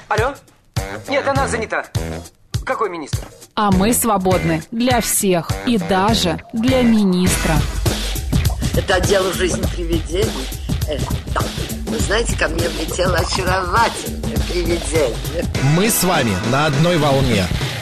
Алло? Нет, она занята. Какой министр? А мы свободны для всех и даже для министра. Это отдел «Жизнь привидений». Да. Вы знаете, ко мне влетело очаровательное привидение. Мы с вами на одной волне.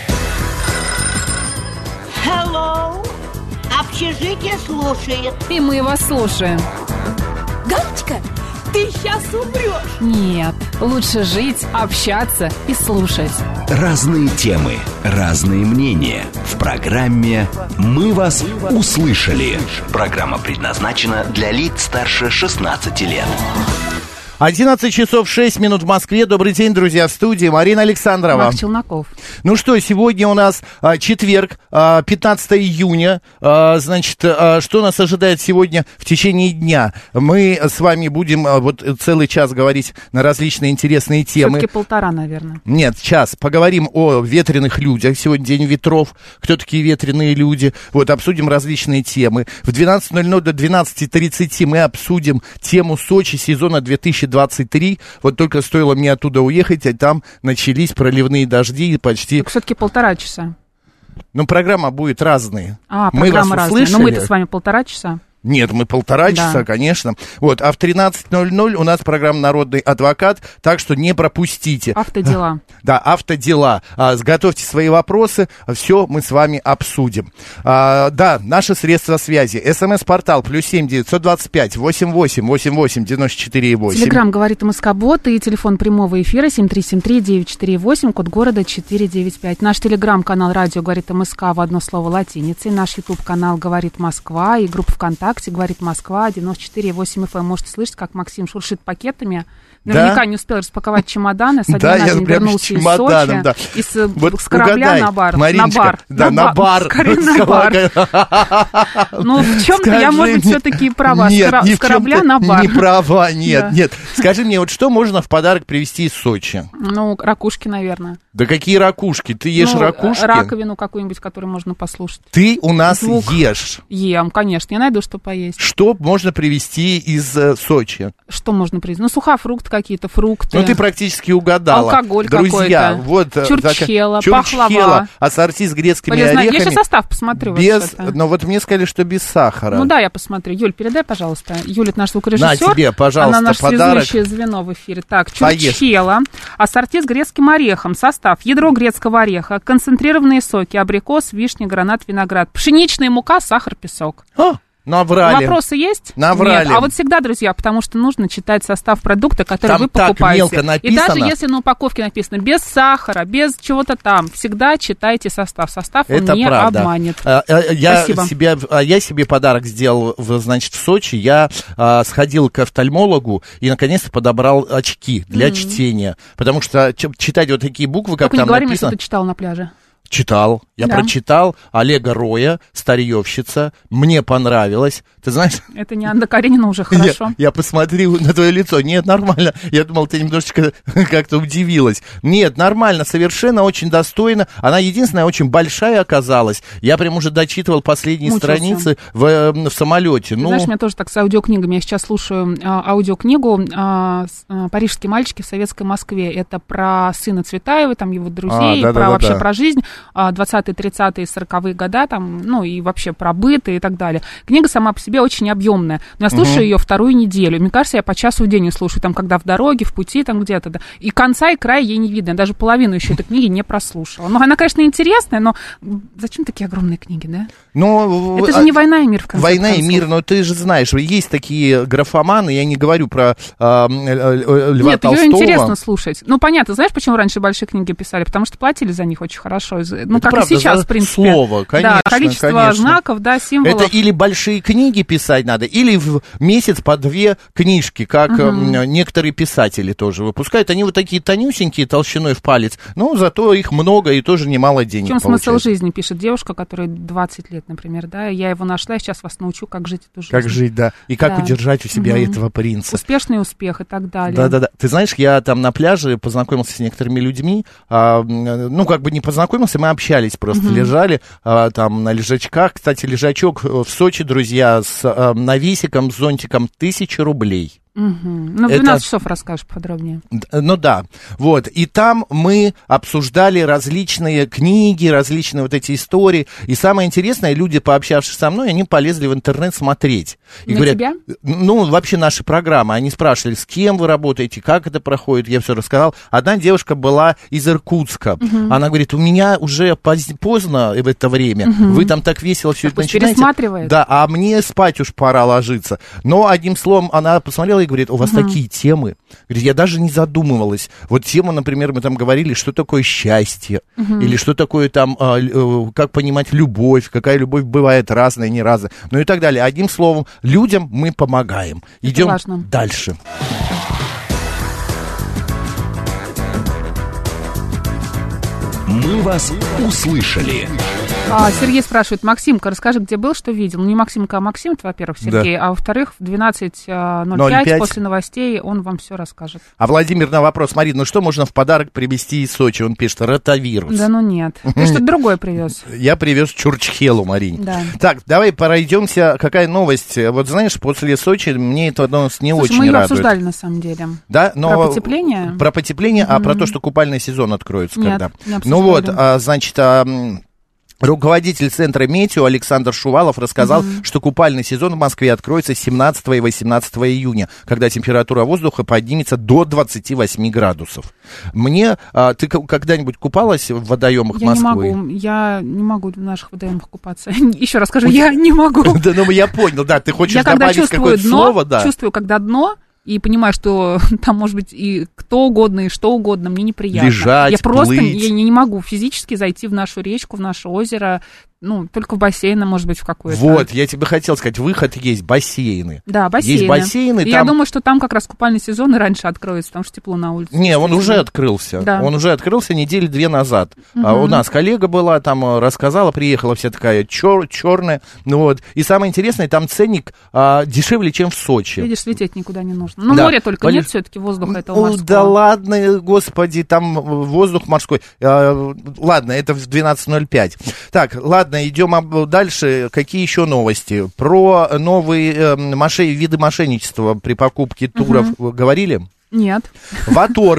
Hello. Общежитие слушает. И мы вас слушаем. Галочка, ты сейчас умрешь. Нет, лучше жить, общаться и слушать. Разные темы, разные мнения. В программе «Мы вас услышали». Программа предназначена для лиц старше 16 лет. 11 часов 6 минут в Москве. Добрый день, друзья, в студии Марина Александрова. Марк Челноков. Ну что, сегодня у нас четверг, 15 июня. Значит, что нас ожидает сегодня в течение дня? Мы с вами будем вот целый час говорить на различные интересные темы. Все-таки полтора, наверное. Нет, час. Поговорим о ветреных людях. Сегодня день ветров. Кто такие ветреные люди? Вот, обсудим различные темы. В 12:00 до 12:30 мы обсудим тему Сочи сезона 2023. Вот только стоило мне оттуда уехать, а там начались проливные дожди и почти... Так все-таки полтора часа. Ну, программа будет разная. Программа разная. Но мы-то с вами полтора часа. Нет, мы полтора часа, конечно. Вот, а в 13:00 у нас программа «Народный адвокат», так что не пропустите. Автодела. Да, автодела. Сготовьте свои вопросы, все мы с вами обсудим. Да, наши средства связи. СМС-портал +7 925 88 88 94 8. Телеграм говорит МСК-бот и телефон прямого эфира 7373948, код города 495. Наш телеграм-канал «Радио говорит МСК» в одно слово латиницей. Наш ютуб-канал «Говорит Москва» и группа ВКонтакте «Говорит Москва», 94,8 FM. Можете слышать, как Максим шуршит пакетами. Наверняка не успел распаковать чемоданы. Со дня на день вернулся из Сочи. Да. С корабля на бар. Мариночка, на бар. Скорее на бар. Ну, в чем-то я, может быть, все-таки права. С корабля на бар. Не права, нет. Скажи мне, вот что можно в подарок привезти из Сочи? Ну, ракушки, наверное. Да какие ракушки? Ты ешь ракушки? Раковину какую-нибудь, которую можно послушать. Ты у нас ешь. Ем, конечно. Я найду, что поесть. Что можно привезти из Сочи? Что можно привезти? Ну, сухофрукты какие-то, фрукты. Ну, ты практически угадала. Алкоголь друзья, какой-то. Вот, чурчхела, пахлава. Ассорти с грецкими орехами. Я сейчас состав посмотрю. Но вот мне сказали, что без сахара. Ну да, я посмотрю. Юль, передай, пожалуйста. Юля, это наш звукорежиссер. На тебе, пожалуйста, она наше подарок. связующее звено в эфире. Так, чурчхела, ассорти с грецким орехом. Состав: ядро грецкого ореха, концентрированные соки, абрикос, вишня, гранат, виноград, пшеничная мука, сахар, песок. Наврали. Вопросы есть? Наврали. Нет. А вот всегда, друзья, потому что нужно читать состав продукта, который там вы покупаете. Так мелко написано. И даже если на упаковке написано без сахара, без чего-то там, всегда читайте состав. Состав он это не правда. обманет. Я себе подарок сделал, значит, в Сочи. Я сходил к офтальмологу и наконец-то подобрал очки для чтения. Потому что читать вот такие буквы, как только там не говори мне, написано... что ты читал на пляже. Читал. Я прочитал Олега Роя, «Старьевщица». Мне понравилось. Ты знаешь... Это не Анна Каренина уже хорошо. Я посмотрел на твое лицо. Нет, нормально. Я думал, ты немножечко как-то удивилась. Нет, нормально, совершенно, очень достойно. Она единственная, очень большая оказалась. Я прям уже дочитывал последние страницы в самолете. Знаешь, у меня тоже так с аудиокнигами. Я сейчас слушаю аудиокнигу «Парижские мальчики в советской Москве». Это про сына Цветаева, там его друзей, вообще про жизнь. 20-е, 30-е, 40-е года, там, ну, и вообще про быт и так далее. Книга сама по себе очень объемная. Но я слушаю ее вторую неделю. Мне кажется, я по часу в день ее слушаю, там, когда в дороге, в пути, там где-то. Да. И конца и края ей не видно. Я даже половину еще этой книги не прослушала. Ну, она, конечно, интересная, но зачем такие огромные книги, да? Но, это же не «Война и мир», в конце «Война концов. и мир», но ты же знаешь, есть такие графоманы, я не говорю про Льва Нет, Толстого. ее интересно слушать. Ну, понятно, знаешь, почему раньше большие книги писали? Потому что платили за них очень хорошо. Ну, это как правда, и сейчас, в принципе. Слово, конечно, да, количество знаков, да, символов. Это или большие книги писать надо, или в месяц по 2 книжки, как некоторые писатели тоже выпускают. Они вот такие тонюсенькие, толщиной в палец, но зато их много и тоже немало денег получается. В чем получается. смысл жизни, пишет девушка, которая 20 лет, например, да, я его нашла, и сейчас вас научу, как жить эту жизнь. Как жить, да, и как удержать у себя этого принца. Успешный успех и так далее. Да-да-да. Ты знаешь, я там на пляже познакомился с некоторыми людьми, ну, как бы не познакомился, мы общались просто, лежали там на лежачках. Кстати, лежачок в Сочи, друзья, с навесиком, с зонтиком 1000 рублей. Ну, в 12 часов расскажешь подробнее. Ну да, вот. И там мы обсуждали различные книги, различные вот эти истории. И самое интересное, люди, пообщавшись со мной, они полезли в интернет смотреть. И на говорят, тебя? Ну, вообще наши программы. Они спрашивали, с кем вы работаете, как это проходит. Я все рассказал. Одна девушка была из Иркутска. Она говорит, у меня уже поздно в это время. Вы там так весело все это начинаете. Пересматривает. Да, а мне спать уж пора ложиться. Но, одним словом, она посмотрела и говорит, у вас такие темы. Говорит, я даже не задумывалась. Вот тема, например, мы там говорили, что такое счастье, или что такое там, как понимать любовь, какая любовь бывает разная, не разная, ну и так далее. Одним словом, людям мы помогаем. Идем дальше. Мы вас услышали. Сергей спрашивает, Максимка, расскажи, где был, что видел. Ну, не Максимка, а Максим, это, во-первых, Сергей, а во-вторых, в 12:05 после новостей он вам все расскажет. А Владимир на вопрос, Марина, ну что можно в подарок привезти из Сочи? Он пишет, ротавирус. Да ну нет, ты что-то другое привез. Я привез чурчхелу, Марине. Да. Так, давай пройдемся, какая новость. Вот знаешь, после Сочи мне это новость не очень мы ее радует. обсуждали на самом деле. Да? Но про потепление? Про потепление, а про то, что купальный сезон откроется нет, когда? Не обсуждали. Ну вот, значит... Руководитель центра «Метео» Александр Шувалов рассказал, что купальный сезон в Москве откроется 17 и 18 июня, когда температура воздуха поднимется до 28 градусов. Ты когда-нибудь купалась в водоемах Москвы? Я не могу в наших водоемах купаться. Еще раз скажу, я не могу. Да, ну я понял, да, ты хочешь добавить какое-то слово, да. Я чувствую, когда дно, и понимаю, что там может быть и кто угодно, и что угодно, мне неприятно. Лежать, я просто плыть. Я не могу физически зайти в нашу речку, в наше озеро, ну, только в бассейн, может быть, в какой-то. Вот, я тебе хотел сказать, выход есть, бассейны. Да, бассейны. Есть бассейны. И там... Я думаю, что там как раз купальный сезон и раньше откроется, потому что тепло на улице. Не, он уже открылся. Да. Он уже открылся недели 2 назад. У нас коллега была, там рассказала, приехала вся такая черная. Ну, вот. И самое интересное, там ценник дешевле, чем в Сочи. Видишь, лететь никуда не нужно. Ну, да. Моря только нет все-таки, воздуха этого морского. Да ладно, господи, там воздух морской. Ладно, это в 12:05. Так, ладно. Идем дальше. Какие еще новости? Про новые виды мошенничества при покупке туров говорили? Нет. В Атор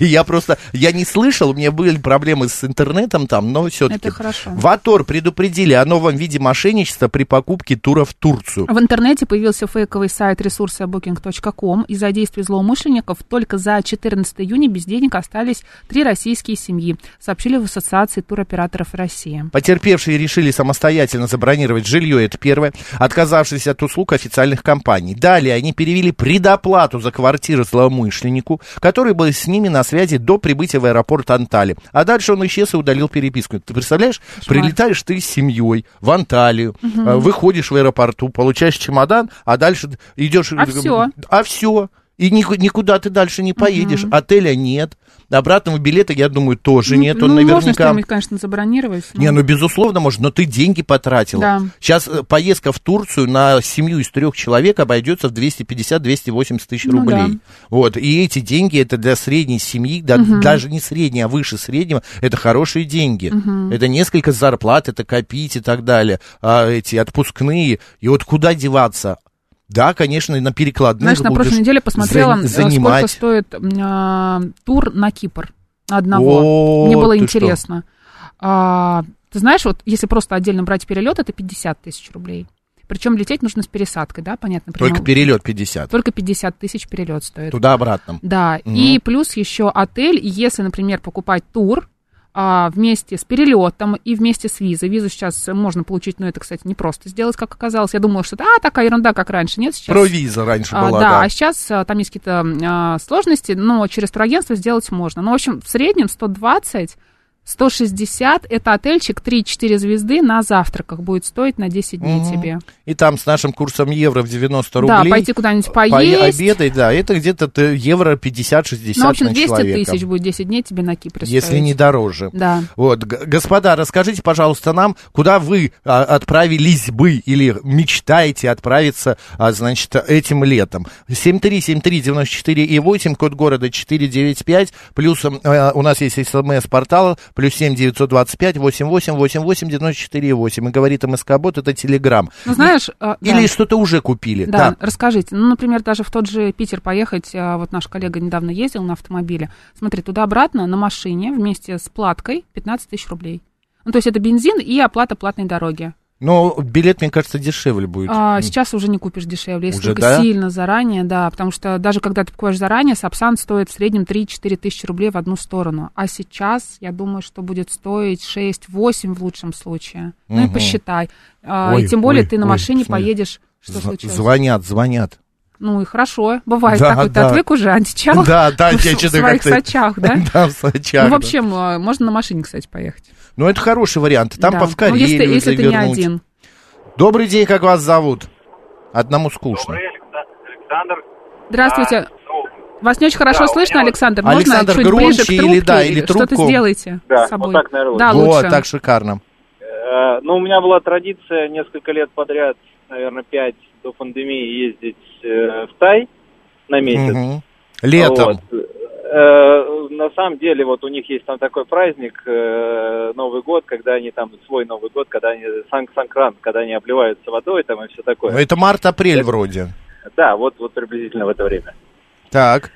я не слышал, у меня были проблемы с интернетом там, но все-таки. Это хорошо. В Атор предупредили о новом виде мошенничества при покупке тура в Турцию. В интернете появился фейковый сайт ресурса booking.com. Из-за действий злоумышленников только за 14 июня без денег остались 3 российские семьи, сообщили в Ассоциации туроператоров России. Потерпевшие решили самостоятельно забронировать жилье, это первое, отказавшись от услуг официальных компаний. Далее они перевели предоплату за квартиру злоумышленнику, который был с ними на связи до прибытия в аэропорт Анталии. А дальше он исчез и удалил переписку. Ты представляешь, прилетаешь ты с семьей в Анталию, выходишь в аэропорту, получаешь чемодан, а дальше идешь... А все. И никуда ты дальше не поедешь. Отеля нет. Обратного билета, я думаю, тоже нет. Он наверняка... Можно что-нибудь, конечно, забронировать. Но... Не, безусловно, можно, но ты деньги потратила. Да. Сейчас поездка в Турцию на семью из 3 человек обойдется в 250-280 тысяч рублей. Да. Вот. И эти деньги, это для средней семьи, даже не средней, а выше среднего, это хорошие деньги. Это несколько зарплат, это копить и так далее. Эти отпускные. И вот куда деваться? Да, конечно, на перекладных. Знаешь, на прошлой неделе посмотрела, сколько стоит тур на Кипр одного. Мне было интересно. Ты знаешь, вот если просто отдельно брать перелет, это 50 тысяч рублей. Причем лететь нужно с пересадкой, да, понятно? Только перелет 50. Только 50 тысяч перелет стоит. Туда-обратно. Да, и плюс еще отель, если, например, покупать тур, вместе с перелетом и вместе с визой. Визу сейчас можно получить, но это, кстати, не просто сделать, как оказалось. Я думала, что это такая ерунда, как раньше. Нет, сейчас... Про визу раньше была, да. А сейчас там есть какие-то сложности, но через турагентство сделать можно. Ну, в общем, в среднем 120... 160, это отельчик 3-4 звезды на завтраках будет стоить на 10 дней тебе. И там с нашим курсом евро в 90 рублей. Да, пойти куда-нибудь поесть. Обедать, да, это где-то евро 50-60 ну, в общем, на 200 человека. тысяч будет 10 дней тебе на Кипре стоить. Если не дороже. Да. Вот, господа, расскажите, пожалуйста, нам, куда вы отправились бы или мечтаете отправиться, значит, этим летом. 7373948, код города 495, плюс у нас есть СМС-портал, +7 925 88 88 94 8. И говорит МСК-бот, это Телеграм. Ну, знаешь... Или что-то уже купили. Да, расскажите. Ну, например, даже в тот же Питер поехать, вот наш коллега недавно ездил на автомобиле. Смотри, туда-обратно на машине вместе с платкой 15 тысяч рублей. Ну, то есть это бензин и оплата платной дороги. Но билет, мне кажется, дешевле будет. Сейчас уже не купишь дешевле, если уже, только сильно заранее, да, потому что даже когда ты покупаешь заранее, Сапсан стоит в среднем 3-4 тысячи рублей в одну сторону, а сейчас, я думаю, что будет стоить 6-8 в лучшем случае. Ну и посчитай. И тем более ты на машине поедешь. Что случилось? Звонят. Ну и хорошо, бывает так, ты отвык уже, античал я в своих Сочах, да? Да, в Сочах. Ну, в общем, можно на машине, кстати, поехать. Ну, это хороший вариант. Там по в Карелию если ты не один. Добрый день, как вас зовут? Одному скучно. Добрый, Александр. Здравствуйте. Вас не очень хорошо слышно, Александр. Можно Александр, чуть громче ближе к трубке? или трубку? Что-то сделайте с собой. Вот так, наверное, да, лучше. лучше. Вот, так шикарно. Ну, у меня была традиция несколько лет подряд, наверное, 5 до пандемии ездить в Тай на месяц. Угу. Летом. Вот. На самом деле, вот у них есть там такой праздник, Новый год, когда они там, свой Новый год, когда они, Санкрант, когда они обливаются водой там и все такое. Ну, это март-апрель вроде. Да, вот приблизительно в это время. Так.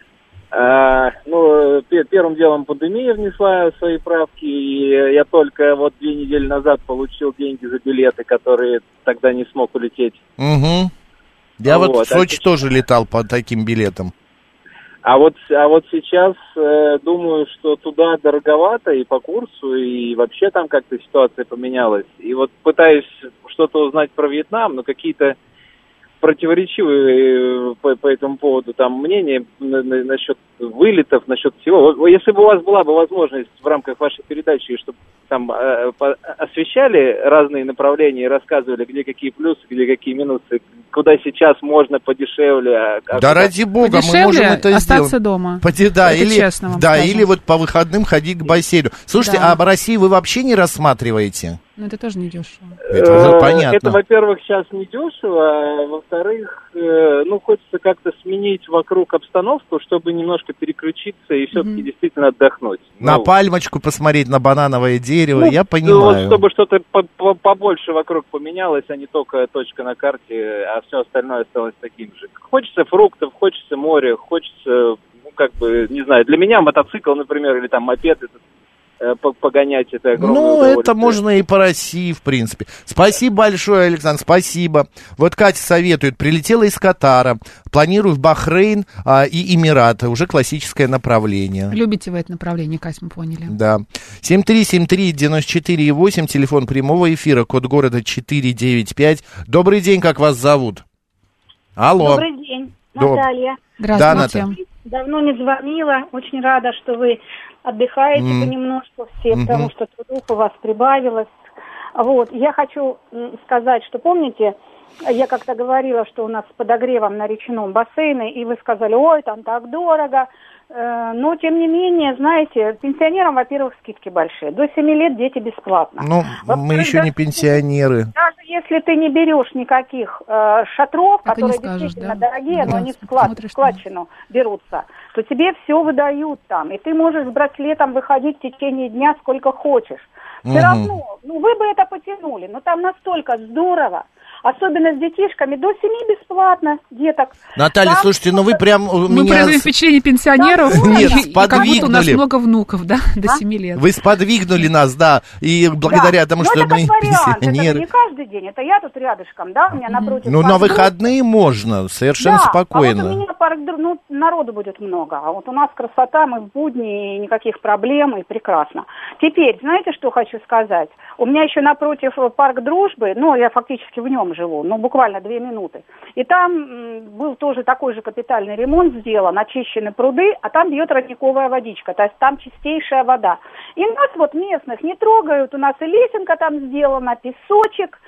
Первым делом пандемия внесла свои правки, и я только вот 2 недели назад получил деньги за билеты, которые тогда не смог улететь. Угу. Я вот в Сочи тоже летал по таким билетам. А вот сейчас думаю, что туда дороговато и по курсу, и вообще там как-то ситуация поменялась. И вот пытаюсь что-то узнать про Вьетнам, но какие-то противоречивые по этому поводу там мнения насчет вылетов, насчет всего. Если бы у вас была бы возможность в рамках вашей передачи, чтобы там освещали разные направления и рассказывали, где какие плюсы, где какие минусы, куда сейчас можно подешевле. Да ради бога, мы можем это остаться сделать. Дома. Или вот по выходным ходить к бассейну. Слушайте, а в России вы вообще не рассматриваете? Ну, это тоже не дешево. Это понятно. Это, во-первых, сейчас не дешево, а во-вторых, хочется как-то сменить вокруг обстановку, чтобы немножко переключиться и все-таки действительно отдохнуть. На пальмочку посмотреть, на банановое дерево, я понимаю. Чтобы что-то побольше вокруг поменялось, а не только точка на карте, а все остальное осталось таким же. Хочется фруктов, хочется моря, хочется, не знаю, для меня мотоцикл, например, или там мопед, погонять это огромное удовольствие. Это можно и по России, в принципе. Спасибо большое, Александр, спасибо. Вот Катя советует, прилетела из Катара, планирую в Бахрейн и Эмираты, уже классическое направление. Любите вы это направление, Кать, мы поняли. Да. 7373948, телефон прямого эфира, код города 495. Добрый день, как вас зовут? Алло. Добрый день, Наталья. Здравствуйте. Да, Наталья. Давно не звонила, очень рада, что вы отдыхаете понемножку все, потому что трудов у вас прибавилось. Вот, я хочу сказать, что помните, я как-то говорила, что у нас с подогревом на речном бассейне, и вы сказали, ой, там так дорого. Но, тем не менее, знаете, пенсионерам, во-первых, скидки большие. До 7 лет дети бесплатно. Ну, мы еще не пенсионеры. Даже если ты не берешь никаких шатров, которые действительно дорогие, но они в складчину берутся, то тебе все выдают там. И ты можешь с браслетом выходить в течение дня сколько хочешь. Все равно, вы бы это потянули, но там настолько здорово. Особенно с детишками, до 7 бесплатно, деток. Наталья, там, слушайте, вы прям Мы производим впечатление пенсионеров. Нет, и как будто у нас сподвигнули. много внуков, да, до 7 лет. Вы сподвигнули нас, да, и благодаря тому, что мы пенсионеры. Это не каждый день, это я тут рядышком, да, у меня напротив. Ну, на выходные можно, совершенно спокойно. А вот у меня народу будет много, а вот у нас красота, мы в будни, никаких проблем, и прекрасно. Теперь, знаете, что хочу сказать? У меня еще напротив парк Дружбы, я фактически в нем живу, буквально 2 минуты. И там был тоже такой же капитальный ремонт сделан, очищены пруды, а там бьет родниковая водичка, то есть там чистейшая вода. И нас местных не трогают, у нас и лесенка там сделана, песочек,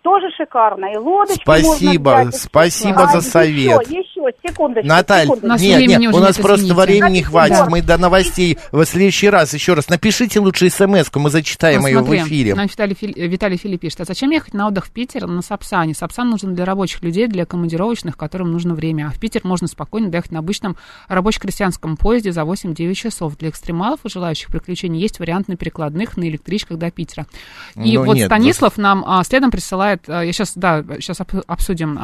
тоже шикарно. И лодочки спасибо, можно взять. Спасибо за совет. Еще, секундочку. Наталья, нет, у нас просто времени не хватит. Да. Мы до новостей в следующий раз еще раз. Напишите лучше смс-ку, мы зачитаем ее в эфире. Значит, Виталий Филипп пишет: а зачем ехать на отдых в Питер на Сапсане? Сапсан нужен для рабочих людей, для командировочных, которым нужно время. А в Питер можно спокойно доехать на обычном рабоче-крестьянском поезде за 8-9 часов. Для экстремалов и желающих приключений есть вариант на перекладных, на электричках до Питера. И вот нет, Станислав нам следом присылает, я сейчас обсудим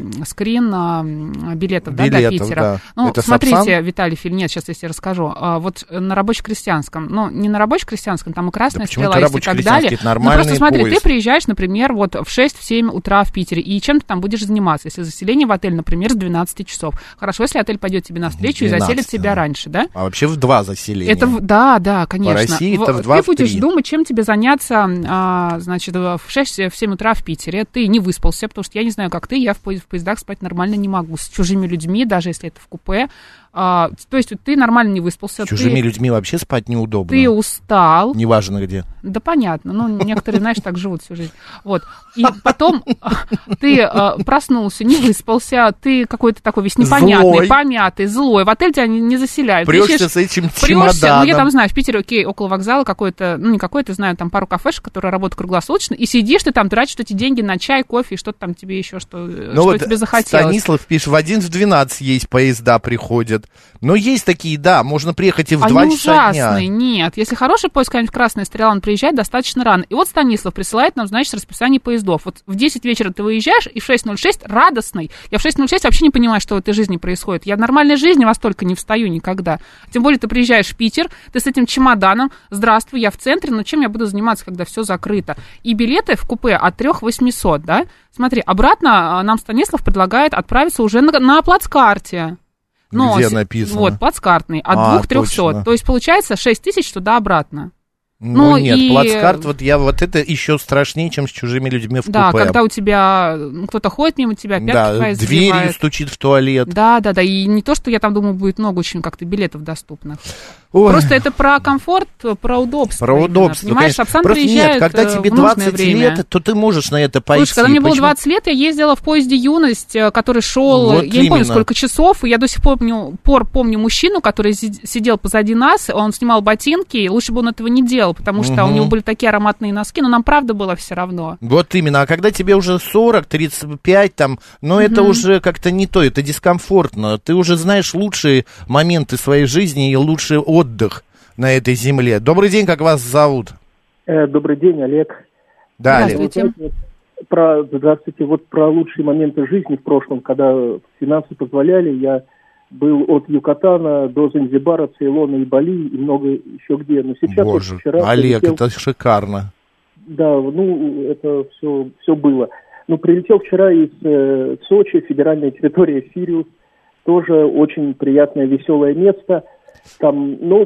скрин билетов, до Питера. Да. Ну, это смотрите, Сапсан? Виталий Филипп, нет, сейчас я тебе расскажу. Вот на рабоче-крестьянском, ну, не на рабоче-крестьянском, там и Красная Стрела есть и так далее. Ну, просто смотри, поезд. ты приезжаешь, например, вот в 6-7 утра в Питере, и чем ты там будешь заниматься, если заселение в отель, например, с 12 часов. Хорошо, если отель пойдет тебе навстречу 12, и заселит тебя раньше, да? А вообще в 2 заселения. Это, да, конечно. По России это в 2, Ты будешь думать, чем тебе заняться, значит, в 6-7 утра в Питере. Ты не выспался, потому что я не знаю, как ты, я в поездах спать нормально не могу. С чужими людьми, даже если это в купе. То есть ты нормально не выспался. С чужими людьми вообще спать неудобно. Ты устал. Неважно где. Да понятно. Ну, некоторые, знаешь, так живут всю жизнь. Вот. И потом ты проснулся, не выспался, ты какой-то такой весь непонятный, злой. Помятый, злой. В отель тебя не заселяют. Прешься с этим чемоданом. Ну, я там знаю, в Питере, окей, около вокзала какой-то, ну, не какой-то, знаю, там пару кафешек, которые работают круглосуточно, и сидишь ты там, тратишь эти деньги на чай, кофе, и что-то там тебе еще, что вот тебе захотелось. Станислав пишет, в 11-12 есть поезда приходят. Но есть такие, да, можно приехать и в 2 часа дня. Они ужасные, нет. Если хороший поезд, какая-нибудь Красная Стрела, он приезжает достаточно рано. И вот Станислав присылает нам, значит, расписание поездов. Вот в 10 вечера ты выезжаешь, и в 6:06 радостный. Я в 6:06 вообще не понимаю, что в этой жизни происходит. Я в нормальной жизни во столько не встаю никогда. Тем более ты приезжаешь в Питер, ты с этим чемоданом, здравствуй, я в центре, но чем я буду заниматься, когда все закрыто? И билеты в купе от 3800, да? Смотри, обратно нам Станислав предлагает отправиться уже на плацкарте. Но, где написано? Вот, плацкартный, от 2-300. То есть, получается, 6000 туда-обратно. Ну нет, плацкарт, вот это еще страшнее, чем с чужими людьми в купе. Да, когда у тебя кто-то ходит мимо тебя, пятки твои дверью задевает. Стучит в туалет. Да, и не то, что я там думаю, будет много очень как-то билетов доступных. Ой. Просто это про комфорт, про удобство. Про удобство, понимаешь, Сапсан приезжает нет, когда тебе 20 лет, то ты можешь на это пойти. Слушай, когда мне было 20 лет, я ездила в поезде «Юность», который шел, вот я не помню, сколько часов, и я до сих пор помню мужчину, который сидел позади нас, он снимал ботинки, и лучше бы он этого не делал, потому что у него были такие ароматные носки, но нам правда было все равно. Вот именно, а когда тебе уже 40, 35, там, но это уже как-то не то, это дискомфортно, ты уже знаешь лучшие моменты своей жизни и лучший отдых на этой земле. Добрый день, как вас зовут? Добрый день, Олег. Да, здравствуйте. Здравствуйте. Вот про лучшие моменты жизни в прошлом, когда финансы позволяли, я был от Юкатана до Занзибара, Цейлона и Бали, и много еще где. Но сейчас Боже, вот вчера Олег, прилетел... это шикарно. Да, ну, это все было. Ну, прилетел вчера из Сочи, федеральная территория Сириус, тоже очень приятное, веселое место. Там, ну,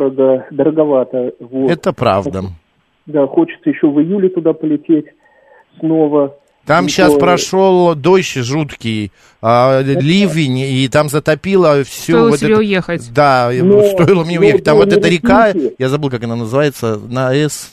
дороговато. Вот. Это правда. Да, хочется еще в июле туда полететь снова. Там сейчас прошел дождь жуткий, ливень, и там затопило все. Стоило вот себе это... уехать. Да, стоило мне уехать. Там вот эта река, я забыл, как она называется, на «С».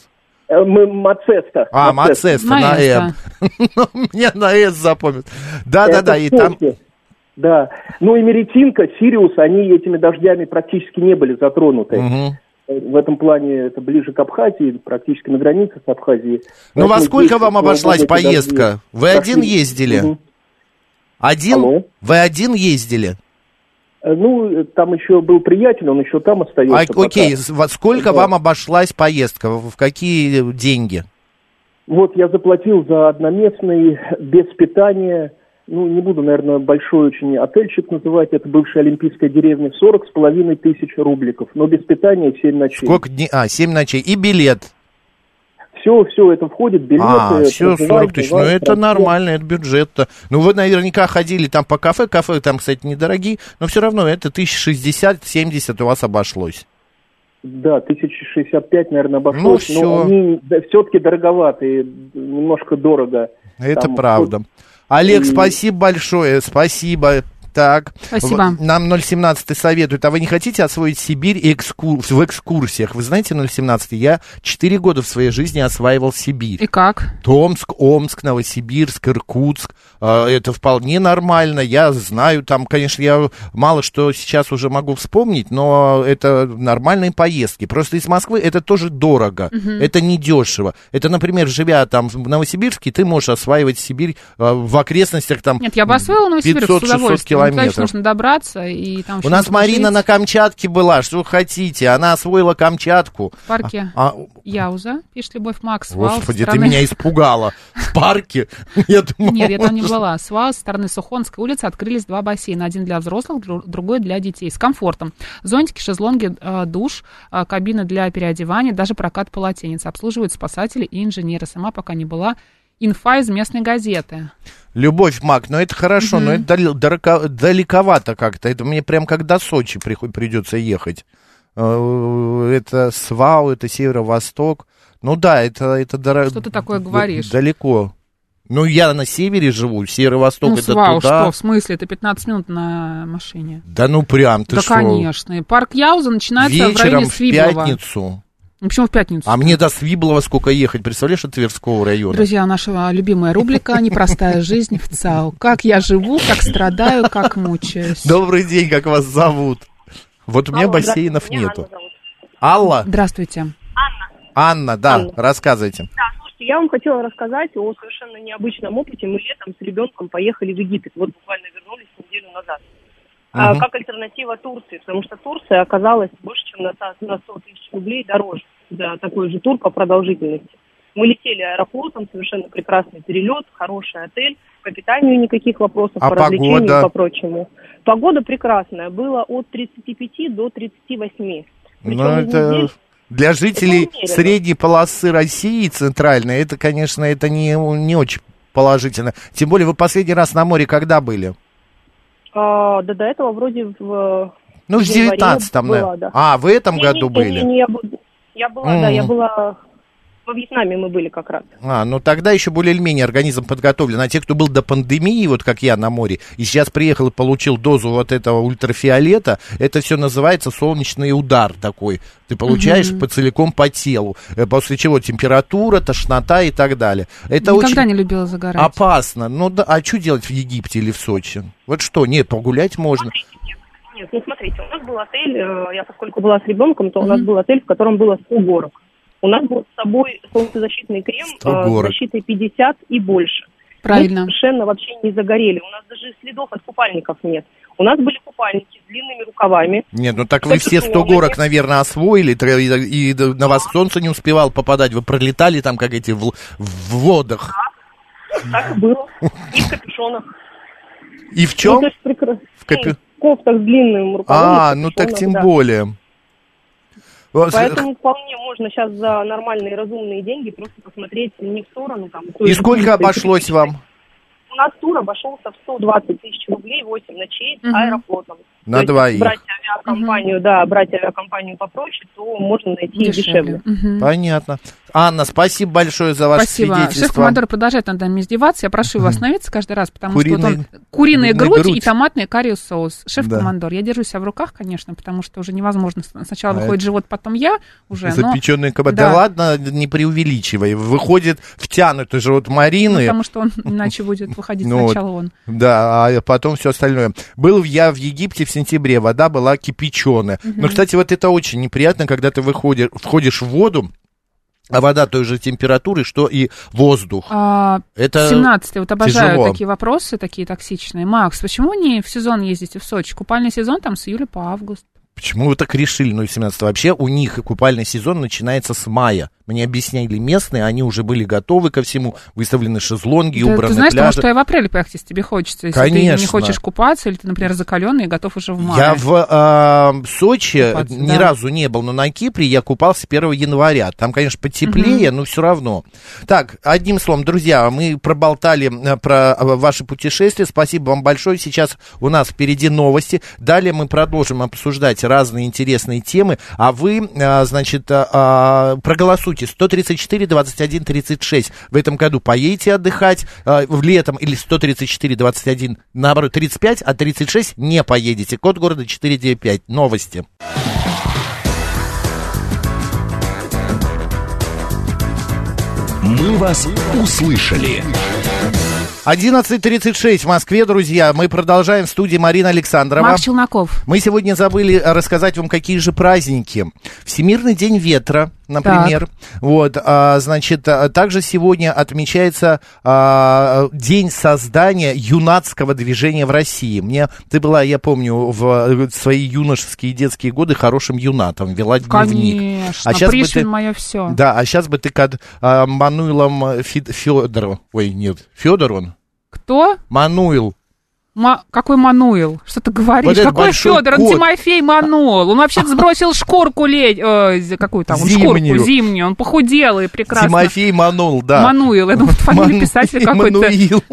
Мацеста. Мацеста, на «М». Мне на «С» запомнил. Да, и там... Да, ну и Меретинка, Сириус, они этими дождями практически не были затронуты. В этом плане это ближе к Абхазии, практически на границе с Абхазией. Ну, во сколько вам обошлась поездка? Вы один ездили? Один? Алло? Вы один ездили? Ну, там еще был приятель, он еще там остается. Окей, во сколько вам обошлась поездка? В какие деньги? Вот я заплатил за одноместный, без питания. Ну, не буду, наверное, большой очень отельчик называть. Это бывшая олимпийская деревня. 40,5 тысяч рубликов. Но без питания 7 ночей. Сколько дней? 7 ночей. И билет? Все это входит. Билеты. Все, 40 тысяч. Ну, это нормально, это бюджет-то. Ну, вы наверняка ходили там по кафе. Кафе там, кстати, недорогие. Но все равно это 1060-70 у вас обошлось. Да, 1065, наверное, обошлось. Ну, все. Но они все-таки дороговатые. Немножко дорого. Это там правда. Олег, спасибо большое, спасибо. Так. Спасибо. Нам 017 советует, а вы не хотите освоить Сибирь в экскурсиях? Вы знаете, 017, я 4 года в своей жизни осваивал Сибирь. И как? Томск, Омск, Новосибирск, Иркутск. Это вполне нормально. Я знаю, там, конечно, я мало что сейчас уже могу вспомнить, но это нормальные поездки. Просто из Москвы это тоже дорого. Это недешево. Это, например, живя там в Новосибирске, ты можешь осваивать Сибирь в окрестностях там. Нет, я бы освоила Новосибирск с удовольствием. Километров. Нужно добраться. И там у нас Марина на Камчатке была, что вы хотите? Она освоила Камчатку. В парке Яуза, пишет Любовь Макс. Господи, ты меня испугала. В парке? Нет, я там не была. С ВАУ, со стороны Сухонской улицы открылись 2 бассейна. Один для взрослых, другой для детей. С комфортом. Зонтики, шезлонги, душ, кабина для переодевания, даже прокат полотенец. Обслуживают спасатели и инженеры. Сама пока не была. Инфа из местной газеты. Любовь, Мак, ну это хорошо, но это далековато как-то. Это мне прям как до Сочи придется ехать. Это СВАУ, это Северо-Восток. Ну да, это дорого. Что ты такое говоришь? Далеко. Ну, я на севере живу, Северо-Восток это СВАУ, туда. Что, в смысле? Это 15 минут на машине. Да ну прям, ты да, что? Да, конечно. И парк Яуза начинается вечером, в районе Свиблова. в пятницу. Ну, почему в пятницу? А мне до Свиблова сколько ехать, представляешь, от Тверского района? Друзья, наша любимая рубрика «Непростая жизнь в ЦАУ». Как я живу, как страдаю, как мучаюсь. Добрый день, как вас зовут? Вот у меня бассейнов нету. Алла? Здравствуйте. Анна, да, рассказывайте. Да, слушайте, я вам хотела рассказать о совершенно необычном опыте. Мы летом с ребенком поехали в Египет. Вот буквально вернулись неделю назад. Как альтернатива Турции, потому что Турция оказалась больше, чем на 100 тысяч рублей дороже за такой же тур по продолжительности. Мы летели аэрофлотом, совершенно прекрасный перелет, хороший отель, по питанию никаких вопросов, по развлечению и по прочему. Погода прекрасная, было от 35 до 38. Ну, это для жителей средней полосы России центральной, это, конечно, это не очень положительно. Тем более, вы последний раз на море когда были? Да до этого вроде в... Ну, в 19-м, наверное. Да. В этом году были? Я была, я была... Во Вьетнаме мы были как раз. Ну тогда еще более-менее организм подготовлен. А те, кто был до пандемии, вот как я на море, и сейчас приехал и получил дозу вот этого ультрафиолета, это все называется солнечный удар такой. Ты получаешь целиком по телу, после чего температура, тошнота и так далее. Это никогда очень не любила загорать. Опасно. Ну да, а что делать в Египте или в Сочи? Вот что, нет, погулять можно. Нет, ну смотрите, у нас был отель, я поскольку была с ребенком, то у нас был отель, в котором было 100 горок. У нас был с собой солнцезащитный крем с защитой 50 и больше. Правильно. Мы совершенно вообще не загорели. У нас даже следов от купальников нет. У нас были купальники с длинными рукавами. Нет, ну так вы все 100 горок, наверное, освоили, и на вас солнце не успевало попадать. Вы пролетали там, как эти, в водах. Да, так и было. И в капюшонах. И в чем? В кофтах с длинным рукавом. Ну так тем более. Поэтому вполне можно сейчас за нормальные разумные деньги просто посмотреть не в сторону. Там, и сколько обошлось вам? У нас тур обошелся в 120 тысяч рублей, 8 ночей с аэрофлотом. На двоих. Брать авиакомпанию попроще, то можно найти дешевле. Понятно. Анна, спасибо большое за ваше свидетельство. Шеф-командор продолжает над нами издеваться. Я прошу его остановиться каждый раз, потому что вот он куриная грудь и томатный карри-соус. Шеф-командор, я держу себя в руках, конечно, потому что уже невозможно. Сначала выходит живот, потом я уже. Запеченные кабачки. Да ладно, не преувеличивай. Выходит втянутый живот Марины. Потому что он иначе будет выходить сначала он. Да, а потом все остальное. Был я в Египте в сентябре, вода была кипяченая. Но, кстати, вот это очень неприятно, когда ты входишь в воду, а вода той же температуры, что и воздух. Это 17-й, вот обожаю тяжело. Такие вопросы, такие токсичные. Макс, почему не в сезон ездите в Сочи? Купальный сезон там с июля по август. Почему вы так решили? Ну, 17 вообще у них купальный сезон начинается с мая. Мне объясняли местные, они уже были готовы ко всему, выставлены шезлонги, убраны пляжи. Ты знаешь, потому что и в апреле поехать, если тебе хочется. Если Конечно. Ты не хочешь купаться, или ты, например, закаленный и готов уже в мае. Я в Сочи ни разу не был, но на Кипре я купался 1 января. Там, конечно, потеплее, но все равно. Так, одним словом, друзья, мы проболтали про ваши путешествия. Спасибо вам большое. Сейчас у нас впереди новости. Далее мы продолжим обсуждать разные интересные темы. А вы, значит, проголосуйте голосуйте. 134, 21, 36. В этом году поедете отдыхать в летом или 134, 21, наоборот, 35, а 36 не поедете. Код города 495. Новости. Мы вас услышали. 11:36 в Москве, друзья. Мы продолжаем в студии Марина Александрова. Макс Челноков. Мы сегодня забыли рассказать вам, какие же праздники. Всемирный день ветра, например. Вот, значит, также сегодня отмечается день создания юнацкого движения в России. Ты была, я помню, в свои юношеские и детские годы хорошим юнатом, вела дневник. Конечно, Пришвин мое все. Да, а сейчас бы ты как Мануилом Федоров. Ой, нет, Федор он? Кто? Мануил. Какой Мануил? Что ты говоришь? Вот какой Федор? Он Тимофей Мануил. Он вообще сбросил шкурку какую там? Шкурку зимнюю. Он похудел и прекрасно. Тимофей Мануил, да. Мануил. Я думаю, фамилия писателя какой-то.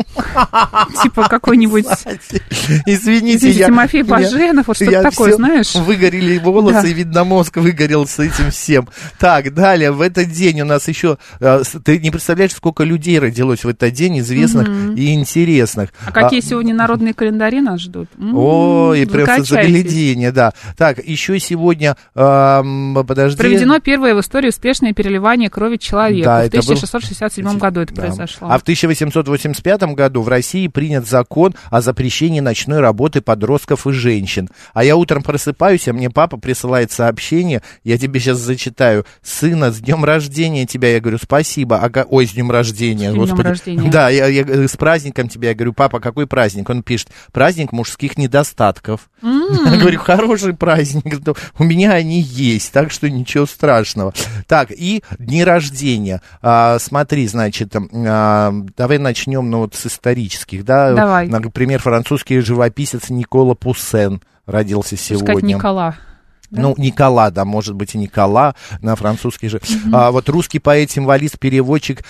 Типа какой-нибудь. Извините, Тимофей Баженов. Вот что-то такое, знаешь? Выгорели волосы, и, видно, мозг выгорел с этим всем. Так, далее. В этот день у нас еще... Ты не представляешь, сколько людей родилось в этот день, известных и интересных. А какие сегодня народные календари нас ждут. Ой, просто загляденье, да. Так, еще сегодня, проведено первое в истории успешное переливание крови человека. Да, в 1667 году это произошло. А в 1885 году в России принят закон о запрещении ночной работы подростков и женщин. А я утром просыпаюсь, а мне папа присылает сообщение, я тебе сейчас зачитаю: «Сына, с днем рождения тебя». Я говорю: «Спасибо». Ой, с днем рождения, Господи. Рождения. Да, я с праздником тебя. Я говорю: «Папа, какой праздник?» Он пишет: «Праздник мужских недостатков». Я говорю: «Хороший праздник, у меня они есть, так что ничего страшного». Так, и дни рождения. Смотри, значит, давай начнем с исторических, да? Давай. Например, французский живописец Никола Пуссен родился сегодня. Сказать Никола. Да? Ну, Никола, да, может быть, и Никола на французский же. Вот русский поэт, символист, переводчик,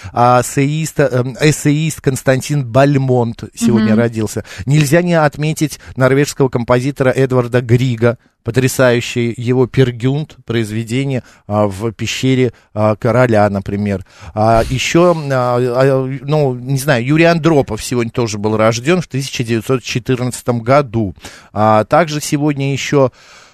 эссеист Константин Бальмонт сегодня родился. Нельзя не отметить норвежского композитора Эдварда Грига, потрясающий его «Пергюнд», произведение в пещере короля, например. Еще, не знаю, Юрий Андропов сегодня тоже был рожден в 1914 году. Также сегодня еще...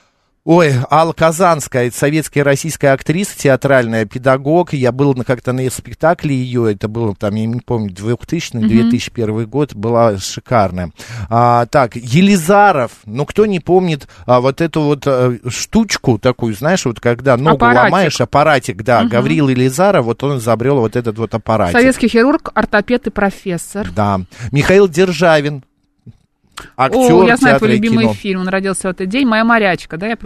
Алла Казанская, это советская и российская актриса, театральная, педагог. Я был как-то на спектакле ее, это было там, я не помню, 2000-2001 год, была шикарная. Так, Елизаров, кто не помнит вот эту вот штучку такую, знаешь, вот когда ногу ломаешь, аппаратик, да, Гавриил Елизаров, вот он изобрел вот этот вот аппаратик. Советский хирург, ортопед и профессор. Да, Михаил Державин. Актер, я знаю твой любимый фильм. Он родился в этот день. «Моя морячка», да? Я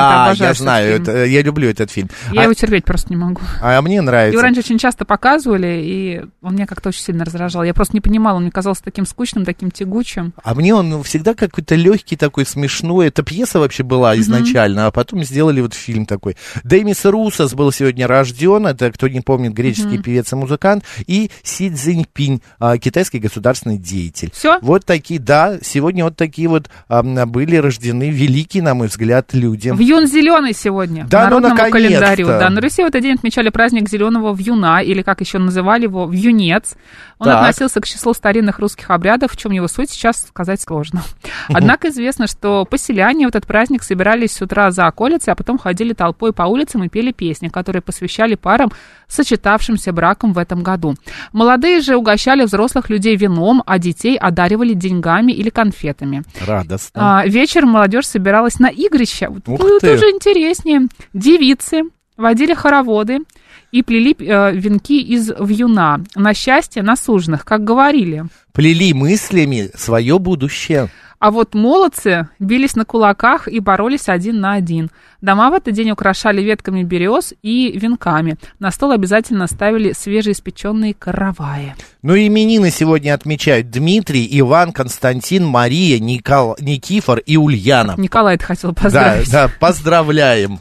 знаю, я люблю этот фильм. Я его терпеть просто не могу. А мне нравится. Его раньше очень часто показывали, и он меня как-то очень сильно раздражал. Я просто не понимала, он мне казался таким скучным, таким тягучим. А мне он всегда какой-то легкий, такой смешной. Это пьеса вообще была изначально, а потом сделали вот фильм такой. Демис Русос был сегодня рожден. Это, кто не помнит, греческий певец и музыкант. И Си Цзиньпинь, китайский государственный деятель. Все? Вот такие, да. Сегодня вот такие вот были рождены великие, на мой взгляд, люди. Вьюн зеленый сегодня, да, народному календарю. Да, на Руси в этот день отмечали праздник зеленого вьюна, или, как еще называли его, вьюнец. Он относился к числу старинных русских обрядов, в чем его суть, сейчас сказать сложно. Однако известно, что поселяне в этот праздник собирались с утра за околицей, а потом ходили толпой по улицам и пели песни, которые посвящали парам, сочетавшимся браком в этом году. Молодые же угощали взрослых людей вином, а детей одаривали деньгами или конфетами. Радостно. Вечером молодежь собиралась на игрища. Тут уже интереснее. Девицы водили хороводы и плели венки из вьюна. На счастье, на суженых, как говорили. Плели мыслями свое будущее. А вот молодцы бились на кулаках и боролись 1 на 1. Дома в этот день украшали ветками берез и венками. На стол обязательно ставили свежеиспеченные караваи. Именины сегодня отмечают Дмитрий, Иван, Константин, Мария, Никифор и Ульяна. Николай ты хотел поздравить. Да, поздравляем.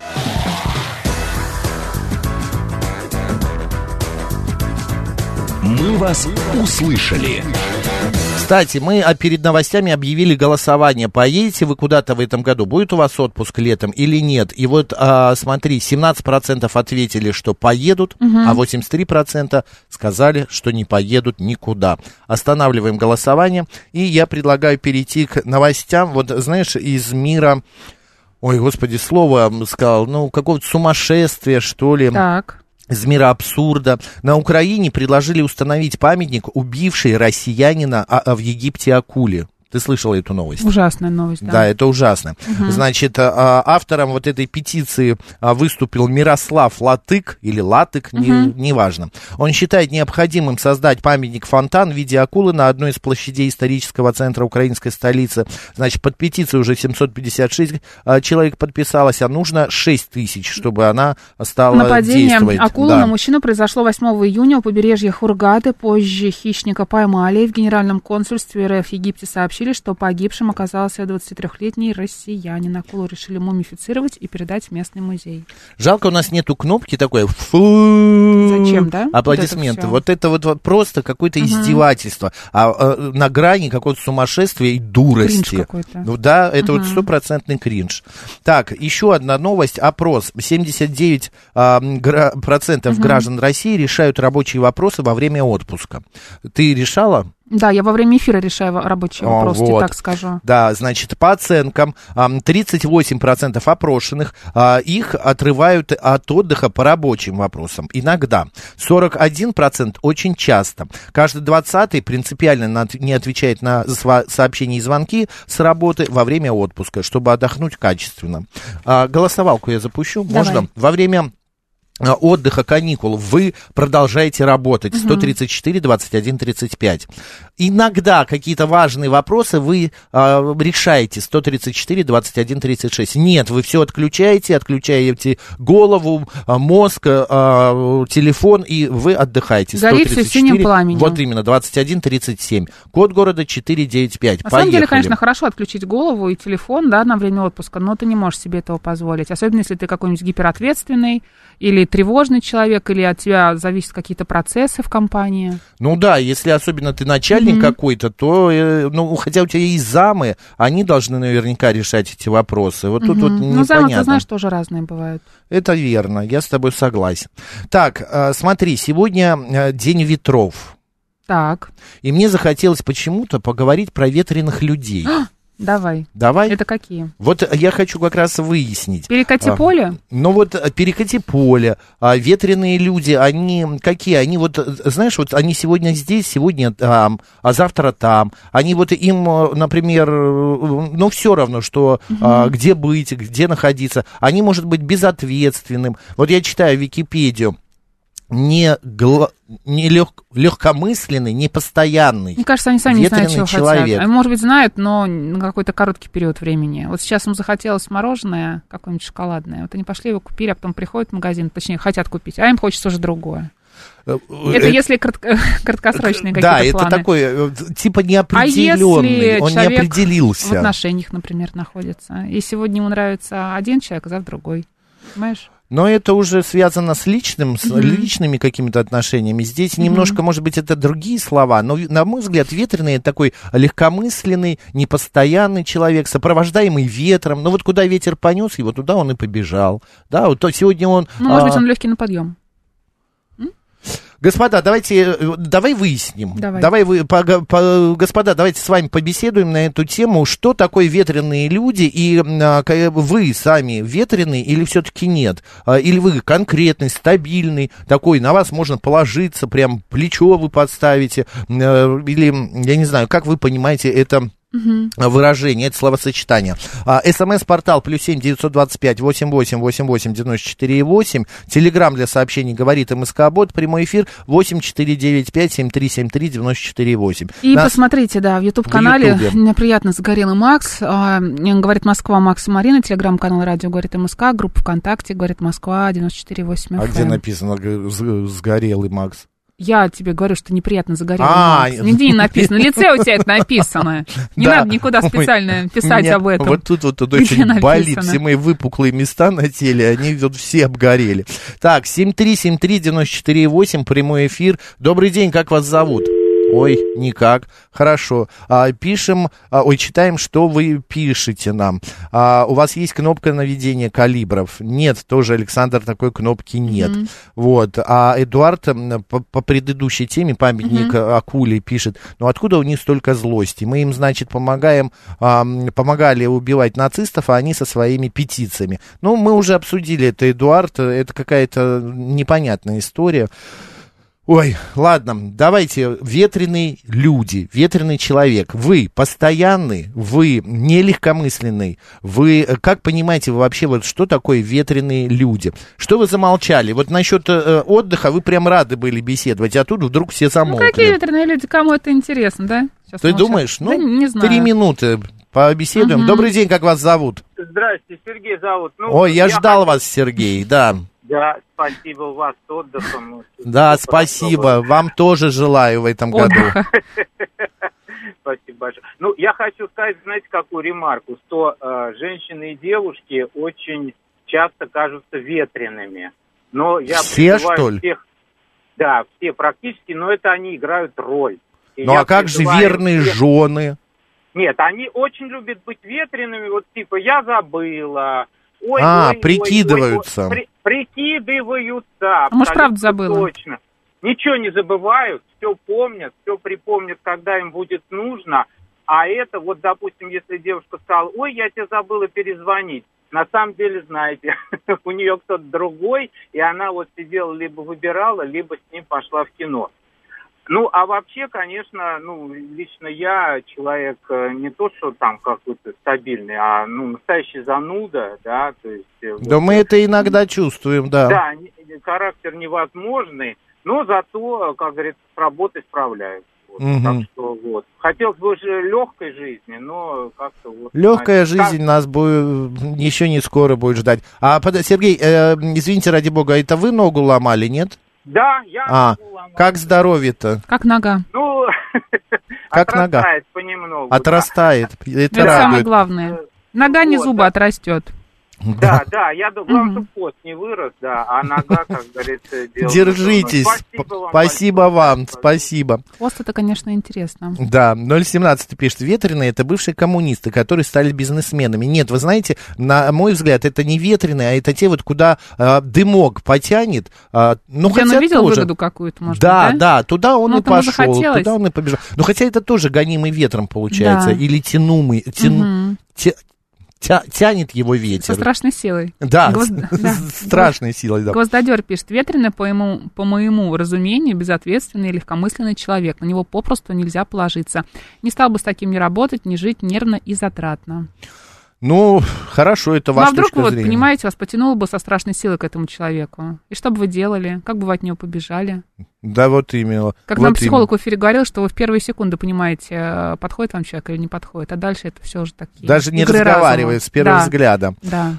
Мы вас услышали. Кстати, мы перед новостями объявили голосование. Поедете вы куда-то в этом году? Будет у вас отпуск летом или нет? И вот смотри, 17% ответили, что поедут, а 83% сказали, что не поедут никуда. Останавливаем голосование. И я предлагаю перейти к новостям. Вот, знаешь, из мира... Ой, господи, слово сказал, ну, какого-то сумасшествия, что ли. Так. Из мира абсурда. На Украине предложили установить памятник убившей россиянина в Египте акуле. Ты слышала эту новость? Ужасная новость, да. Да, это ужасно. Значит, автором вот этой петиции выступил Мирослав Латык, или Латык, неважно. Он считает необходимым создать памятник-фонтан в виде акулы на одной из площадей исторического центра украинской столицы. Значит, под петицией уже 756 человек подписалось, а нужно 6 тысяч, чтобы она стала Нападение действовать. Нападение акулы на мужчину произошло 8 июня у побережья Хургады. Позже хищника поймали. В Генеральном консульстве РФ в Египте сообщили, что погибшим оказался 23-летний россиянин. Акулу решили мумифицировать и передать в местный музей. Жалко, у нас нету кнопки такой. Зачем, да? Аплодисменты. Вот это вот просто какое-то издевательство. На грани какого-то сумасшествия и дурости. Кринж какой-то. Ну да, это вот стопроцентный кринж. Так, еще одна новость. Опрос. 79% граждан России решают рабочие вопросы во время отпуска. Ты решала? Да, я во время эфира решаю рабочие вопросы, вот. так скажу. Да, значит, по оценкам, 38% опрошенных их отрывают от отдыха по рабочим вопросам. Иногда. 41% очень часто. Каждый 20-й принципиально не отвечает на сообщения и звонки с работы во время отпуска, чтобы отдохнуть качественно. Голосовалку я запущу. Давай. Можно? Во время отдыха, каникул, вы продолжаете работать. 134, 21, 35. Иногда какие-то важные вопросы вы решаете. 134, 21, 36. Нет, вы все отключаете голову, мозг, телефон, и вы отдыхаете. Горит все синим пламенем. Вот именно, 21, 37. Код города 495. На самом деле, конечно, хорошо отключить голову и телефон, да, на время отпуска, но ты не можешь себе этого позволить. Особенно, если ты какой-нибудь гиперответственный или тревожный человек, или от тебя зависят какие-то процессы в компании. Ну да, если особенно ты начальник какой-то, то, ну, хотя у тебя есть замы, они должны наверняка решать эти вопросы. Вот тут вот непонятно. Ну, замы, ты знаешь, тоже разные бывают. Это верно, я с тобой согласен. Так, смотри, сегодня День ветров. Так. И мне захотелось почему-то поговорить про ветреных людей. Давай. Это какие? Вот я хочу как раз выяснить. Перекати поле? Ну вот перекати поле. Ветреные люди, они какие? Они вот, знаешь, вот они сегодня здесь, сегодня там, а завтра там. Они вот им, например, ну все равно, что где быть, где находиться. Они, может быть, безответственным. Вот я читаю Википедию. Легкомысленный, непостоянный. Мне кажется, они сами не знают, чего человек. хотят. Может быть, знают, но на какой-то короткий период времени. Вот сейчас им захотелось мороженое какое-нибудь шоколадное. Вот они пошли его купили, а потом приходят в магазин, точнее, хотят купить, а им хочется уже другое. Это если краткосрочные какие-то планы. Да, это такой, типа неопределенный, он не определился. В отношениях, например, находится. И сегодня ему нравится один человек, а завтра другой. Понимаешь? Но это уже связано с личными какими-то отношениями. Здесь немножко, может быть, это другие слова, но, на мой взгляд, ветреный — это такой легкомысленный, непостоянный человек, сопровождаемый ветром. Но вот куда ветер понес его, туда он и побежал. Да, вот то сегодня он... Ну, может быть, он легкий на подъем. Господа, давай выясним. Господа, давайте с вами побеседуем на эту тему. Что такое ветреные люди? И вы сами ветреный или все-таки нет? Или вы конкретный, стабильный, такой, на вас можно положиться, прям плечо вы подставите? Или, я не знаю, как вы понимаете это... выражение, это словосочетание. СМС-портал +7 925 88 88 94 8. Телеграм для сообщений говорит МСК-бот. Прямой эфир 8 495 7373 94 8. И посмотрите, да, в YouTube-канале мне приятно «Загорелый Макс». Говорит Москва, Макс и Марина. Телеграм-канал «Радио говорит МСК». Группа ВКонтакте говорит Москва 94,8 FM. А где написано «Загорелый Макс»? Я тебе говорю, что неприятно загорелый Макс. Нигде не написано. На лице у тебя это написано. Не надо никуда специально писать об этом. Вот тут очень болит. Все мои выпуклые места на теле, они вот все обгорели. Так, 7373948, прямой эфир. Добрый день, как вас зовут? Ой, никак. Хорошо. Читаем, что вы пишете нам. У вас есть кнопка наведения калибров? Нет, тоже, Александр, такой кнопки нет. Вот. А Эдуард по предыдущей теме, памятник акуле, пишет, ну откуда у них столько злости? Мы им, значит, помогали убивать нацистов, а они со своими петициями. Ну, мы уже обсудили это, Эдуард, это какая-то непонятная история. Ой, ладно, давайте, ветреные люди, ветреный человек, вы постоянный, вы нелегкомысленный, вы, как понимаете вы вообще, вот что такое ветреные люди? Что вы замолчали? Вот насчет отдыха вы прям рады были беседовать, а тут вдруг все замолкли. Ну, какие ветреные люди, кому это интересно, да? Сейчас ты думаешь? Да, не знаю. 3 минуты побеседуем. Добрый день, как вас зовут? Здрасте, Сергей зовут. Ой, я ждал вас, Сергей, да. Да, спасибо вас с отдыхом. Да, спасибо. Вам тоже желаю в этом году. Спасибо большое. Ну, я хочу сказать, знаете, какую ремарку, что женщины и девушки очень часто кажутся ветреными. Но я все, что ли? Всех, да, все практически, но это они играют роль. И ну, а как же верные жены? Нет, они очень любят быть ветреными, вот типа «я забыла». Ой, прикидываются. Прикидываются. А может, правда забыла? Точно. Ничего не забывают, все помнят, все припомнят, когда им будет нужно. А это, вот, допустим, если девушка сказала, ой, я тебе забыла перезвонить. На самом деле, знаете, у нее кто-то другой, и она вот сидела, либо выбирала, либо с ним пошла в кино. Ну, а вообще, конечно, ну, лично я человек не то, что там какой-то стабильный, а, ну, настоящий зануда, да, то есть... Да вот, мы это иногда чувствуем, да. Да, характер невозможный, но зато, как говорится, с работой справляюсь. Вот, так что, вот. Хотелось бы уже легкой жизни, но как-то вот... Легкая жизнь нас будет, еще не скоро будет ждать. А, Сергей, извините, ради бога, это вы ногу ломали, нет? Да, я ногу ломал. Как здоровье-то? Как нога? Ну, как нога? Отрастает понемногу. Отрастает, да. Это самое главное. Нога не зуба отрастет. Да, я думаю, главное, чтобы пост не вырос, да, а нога, как говорится, делает. Держитесь. Спасибо вам, спасибо. Пост это, конечно, интересно. Да, 017 пишет, ветреные это бывшие коммунисты, которые стали бизнесменами. Нет, вы знаете, на мой взгляд, это не ветреные, а это те вот, куда дымок потянет. Ну, хотя он видел тоже выгоду какую-то, может да, быть, да, туда он и пошел, захотелось. Туда он и побежал. Но хотя это тоже гонимый ветром получается, или тянумый, тянет его ветер. Со страшной силой. Да, страшной силой, да. Гвоздодер пишет, ветреный, по моему разумению, безответственный и легкомысленный человек. На него попросту нельзя положиться. Не стал бы с таким ни работать, ни жить нервно и затратно. Ну, хорошо, это ваша точка зрения. А вдруг, вот, понимаете, вас потянуло бы со страшной силой к этому человеку? И что бы вы делали? Как бы вы от него побежали? Да, вот именно. Как нам психолог в эфире говорил, что вы в первые секунды понимаете, подходит вам человек или не подходит, а дальше это все уже такие даже не разговаривая с первого взгляда. Да.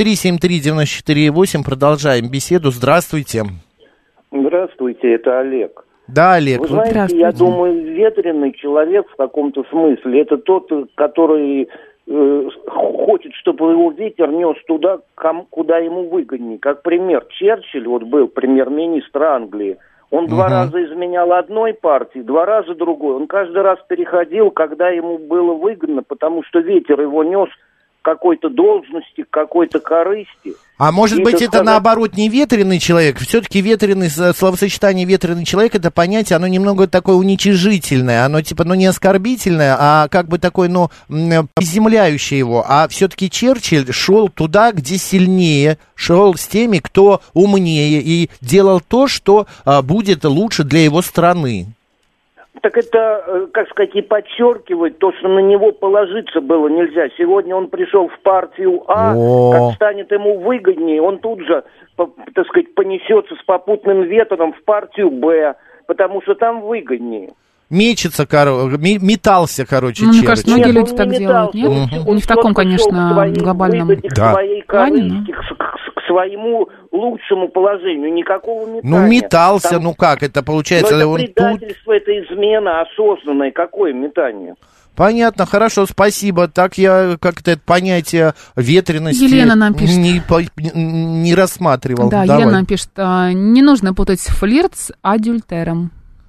7373948, продолжаем беседу. Здравствуйте. Здравствуйте, это Олег. Да, Олег. Вы знаете, я думаю, ветреный человек в каком-то смысле, это тот, который... хочет, чтобы его ветер нес туда, куда ему выгоднее. Как пример, Черчилль, вот был премьер-министр Англии, он 2 раза изменял одной партии, 2 раза другой. Он каждый раз переходил, когда ему было выгодно, потому что ветер его нес к какой-то должности, к какой-то корысти. А может быть, это наоборот не ветреный человек? Все-таки ветреный, словосочетание ветреный человек, это понятие, оно немного такое уничижительное, оно типа, ну, не оскорбительное, а как бы такое, ну, приземляющее его. А все-таки Черчилль шел туда, где сильнее, шел с теми, кто умнее, и делал то, что будет лучше для его страны. Так это, как сказать, и подчеркивает то, что на него положиться было нельзя. Сегодня он пришел в партию как станет ему выгоднее, он тут же, так сказать, понесется с попутным ветром в партию Б, потому что там выгоднее. Метался, Черчилль. Мне кажется, многие люди так делают, нет? Не в таком, конечно, глобальном плане, к своему лучшему положению, никакого метания. Ну, метался, там... ну как, это получается... Но это предательство, это измена осознанная, какое метание? Понятно, хорошо, спасибо. Так я как-то это понятие ветрености Елена нам пишет. Не рассматривал. Да, давай. Елена нам пишет, не нужно путать флирт с адюльтером.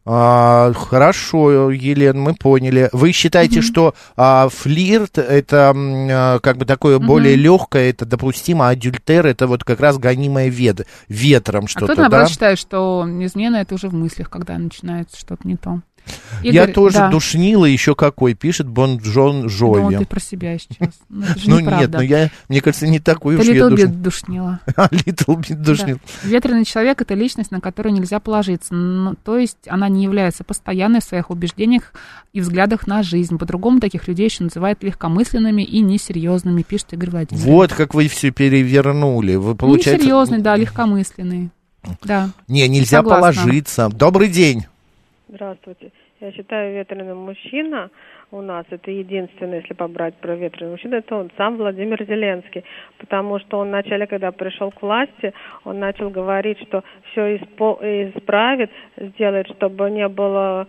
Хорошо, Елена, мы поняли. Вы считаете, что флирт это как бы такое более легкое, это допустимо, а адюльтер это вот как раз гонимое ветром что-то, кто-то, наоборот, считает, что измена это уже в мыслях, когда начинается что-то не то. Игорь, я тоже душнила, еще какой, пишет Бон Джон Джови. Ну, ты про себя сейчас. Ну, нет, но я, мне кажется, не такой уж я душнила. Little bit душнил. Ветреный человек — это личность, на которую нельзя положиться. То есть она не является постоянной в своих убеждениях и взглядах на жизнь. По-другому таких людей еще называют легкомысленными и несерьезными, пишет Игорь Владимирович. Вот как вы все перевернули. Вы, получается... Несерьезный, да, легкомысленный. Да. Не, нельзя положиться. Добрый день. Здравствуйте. Я считаю, ветреный мужчина у нас, это единственное, если побрать про ветреного мужчину, это он сам Владимир Зеленский. Потому что он вначале, когда пришел к власти, он начал говорить, что все исправит, сделает, чтобы не было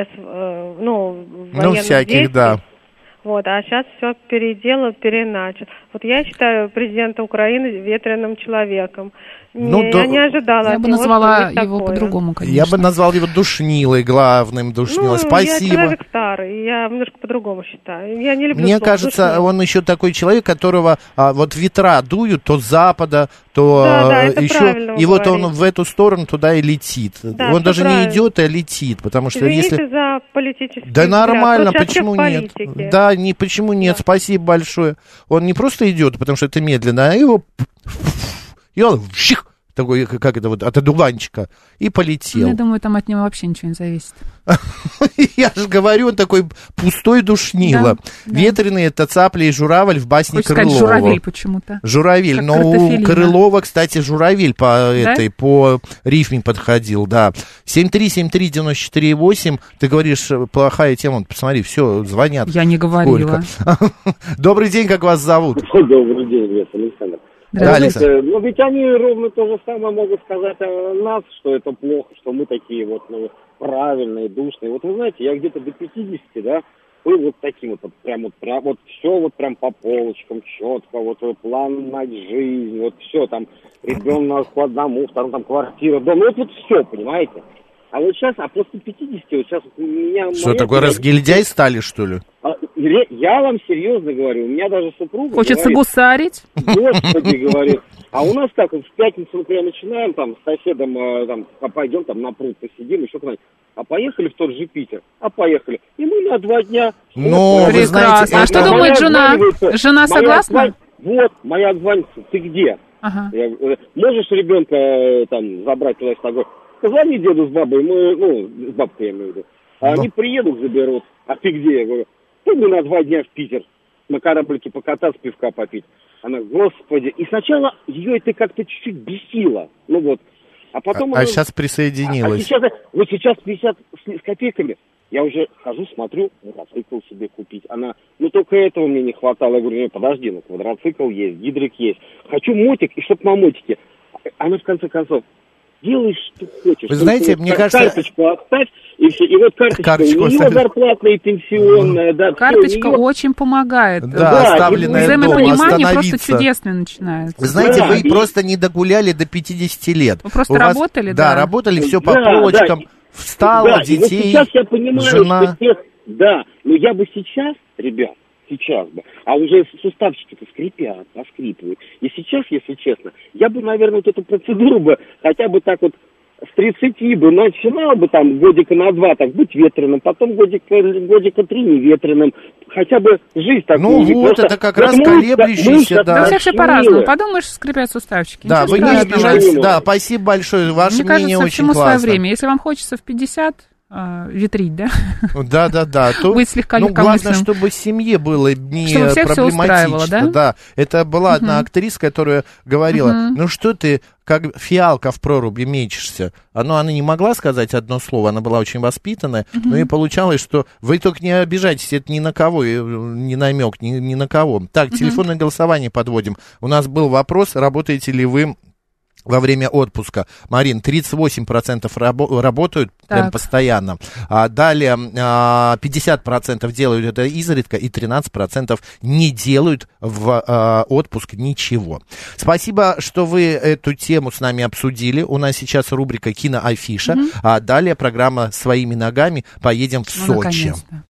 военных всяких, действий. Да. Вот, а сейчас все переначал. Вот я считаю президента Украины ветреным человеком. Я не ожидала. Я бы назвала его по-другому, конечно. Я бы назвал его душнилой, главным душнилой. Спасибо. Я человек старый, я немножко по-другому считаю. Я не люблю. Мне кажется, душнил. Он еще такой человек, которого вот ветра дуют то с запада, то еще. И вот он в эту сторону туда и летит. Да, он даже не идет, а летит, потому что извините за политический Да нормально, почему нет? Да, почему нет? Спасибо большое. Он не просто идет, потому что это медленно, а его... И он такой, как это вот, от одуванчика, и полетел. Я думаю, там от него вообще ничего не зависит. Я же говорю, он такой пустой душнило. Ветреный — это цапля и журавль в басне Крылова. Хочешь сказать журавель почему-то. Журавель, но у Крылова, кстати, журавель по рифме подходил, да. 7373948, ты говоришь, плохая тема, посмотри, все, звонят. Я не говорила. Добрый день, как вас зовут? Добрый день, Александр. Да, Александр. Ну, ведь они ровно то же самое могут сказать о нас, что это плохо, что мы такие вот правильные, душные. Вот вы знаете, я где-то до 50, да, был вот таким вот прям все вот прям по полочкам, четко, вот план на жизнь, вот все там, ребенок по одному, второму там квартира, дом, вот все, понимаете? А вот сейчас, после 50, вот сейчас у меня... Что, такой разгильдяй стали, что ли? Я вам серьезно говорю, у меня даже супруга Хочется говорит, гусарить? Господи, говорит. А у нас так, в пятницу, например, начинаем там с соседом, пойдем там на пруд посидим, еще куда-нибудь. А поехали в тот же Питер. Поехали. И мы на 2 дня... Ну, вы знаете... А что думает жена? Жена согласна? Моя отзвонится. Ты где? Ага. Я говорю, можешь ребенка там забрать туда-сюда? Позвони деду с бабой, с бабкой я имею в виду. Они приедут, заберут. А ты где? Я говорю, мы на 2 дня в Питер. На кораблике покататься, пивка попить. Она, господи. И сначала ее это как-то чуть-чуть бесило. А потом... А сейчас присоединилась. Сейчас 50 с копейками. Я уже хожу, смотрю, мотоцикл себе купить. Она, только этого мне не хватало. Я говорю, подожди, квадроцикл есть, гидрик есть. Хочу мотик, и чтоб на мотике. Она, в конце концов, делай, что хочешь. Вы знаете, мне кажется... Карточку оставь, и все. И вот карточка у нее зарплатная и пенсионная. Да, карточка очень помогает. Да, оставленная дома, взаимопонимание просто чудесное начинается. Вы знаете, вы просто не догуляли до 50 лет. Вы просто работали, да? Да, работали, все по полочкам, встала, детей, сейчас я понимаю, жена. Да, но я бы сейчас, ребят, а уже суставчики-то скрипят, поскрипывают. И сейчас, если честно, я бы, наверное, вот эту процедуру бы хотя бы так вот с 30 бы начинал бы там годика на 2 так быть ветреным, потом годика 3 неветреным. Хотя бы жизнь такую. Ну вот, это как раз колеблющийся, да. Да, все по-разному. Подумаешь, скрипят суставчики. Да, вы не обижайтесь. Да, спасибо большое. Ваше мнение очень классно. Всему свое время. Если вам хочется в 50... ветрить, да? Да. Быть слегка легкомысленным. Главное, чтобы в семье было не проблематично. Да. Это была одна актриса, которая говорила, что ты как фиалка в проруби мечешься. Она не могла сказать одно слово, она была очень воспитанная, но и получалось, что вы только не обижайтесь, это ни на кого, не намек, ни на кого. Так, телефонное голосование подводим. У нас был вопрос, работаете ли вы во время отпуска. Марин, 38% работают прям постоянно. Далее 50% делают это изредка, и 13% не делают в отпуск ничего. Спасибо, что вы эту тему с нами обсудили. У нас сейчас рубрика «Киноафиша», а далее программа «Своими ногами». Поедем в Сочи. Наконец-то.